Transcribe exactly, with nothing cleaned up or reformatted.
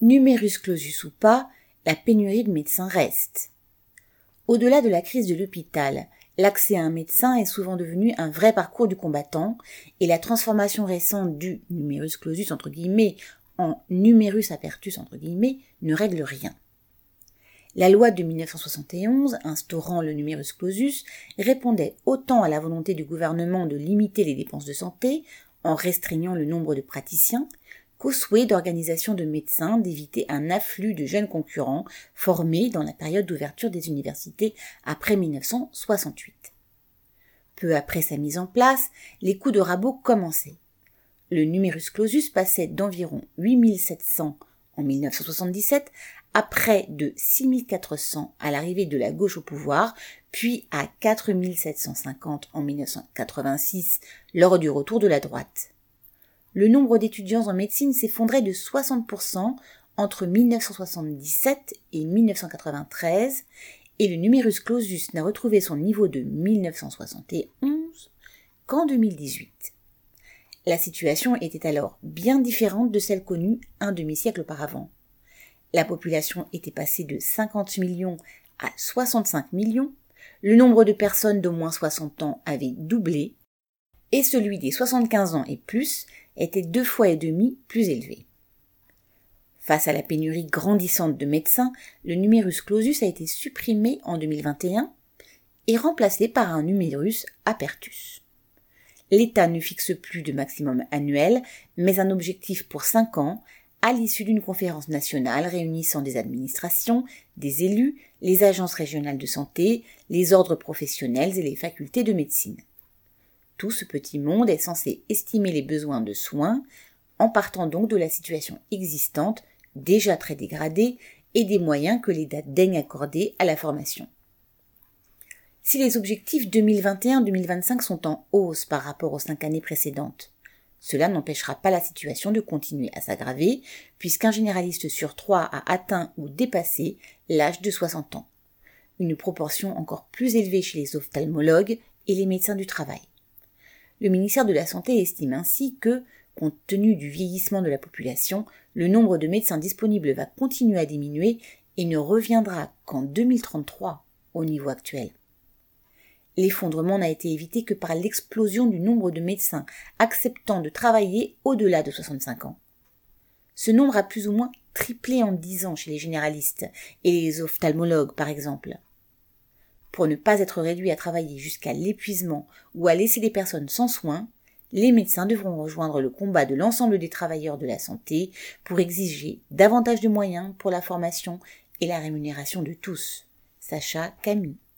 Numerus clausus ou pas, la pénurie de médecins reste. Au-delà de la crise de l'hôpital, l'accès à un médecin est souvent devenu un vrai parcours du combattant et la transformation récente du numerus clausus entre guillemets en numerus apertus entre guillemets ne règle rien. La loi de dix-neuf cent soixante et onze, instaurant le numerus clausus, répondait autant à la volonté du gouvernement de limiter les dépenses de santé en restreignant le nombre de praticiens qu'au souhait d'organisation de médecins d'éviter un afflux de jeunes concurrents formés dans la période d'ouverture des universités après dix-neuf cent soixante-huit. Peu après sa mise en place, les coups de rabot commençaient. Le numerus clausus passait d'environ huit mille sept cents en dix-neuf cent soixante-dix-sept à près de six mille quatre cents à l'arrivée de la gauche au pouvoir, puis à quatre mille sept cent cinquante en dix-neuf cent quatre-vingt-six lors du retour de la droite. Le nombre d'étudiants en médecine s'effondrait de soixante pour cent entre dix-neuf cent soixante-dix-sept et dix-neuf cent quatre-vingt-treize et le numerus clausus n'a retrouvé son niveau de dix-neuf cent soixante et onze qu'en deux mille dix-huit. La situation était alors bien différente de celle connue un demi-siècle auparavant. La population était passée de cinquante millions à soixante-cinq millions, le nombre de personnes d'au moins soixante ans avait doublé, et celui des soixante-quinze ans et plus était deux fois et demi plus élevé. Face à la pénurie grandissante de médecins, le numerus clausus a été supprimé en deux mille vingt et un et remplacé par un numerus apertus. L'État ne fixe plus de maximum annuel, mais un objectif pour cinq ans, à l'issue d'une conférence nationale réunissant des administrations, des élus, les agences régionales de santé, les ordres professionnels et les facultés de médecine. Tout ce petit monde est censé estimer les besoins de soins, en partant donc de la situation existante, déjà très dégradée, et des moyens que l'État daigne accorder à la formation. Si les objectifs deux mille vingt et un deux mille vingt-cinq sont en hausse par rapport aux cinq années précédentes, cela n'empêchera pas la situation de continuer à s'aggraver, puisqu'un généraliste sur trois a atteint ou dépassé l'âge de soixante ans. Une proportion encore plus élevée chez les ophtalmologues et les médecins du travail. Le ministère de la Santé estime ainsi que, compte tenu du vieillissement de la population, le nombre de médecins disponibles va continuer à diminuer et ne reviendra qu'en deux mille trente-trois au niveau actuel. L'effondrement n'a été évité que par l'explosion du nombre de médecins acceptant de travailler au-delà de soixante-cinq ans. Ce nombre a plus ou moins triplé en dix ans chez les généralistes et les ophtalmologues par exemple. Pour ne pas être réduits à travailler jusqu'à l'épuisement ou à laisser des personnes sans soins, les médecins devront rejoindre le combat de l'ensemble des travailleurs de la santé pour exiger davantage de moyens pour la formation et la rémunération de tous. Sacha Camille.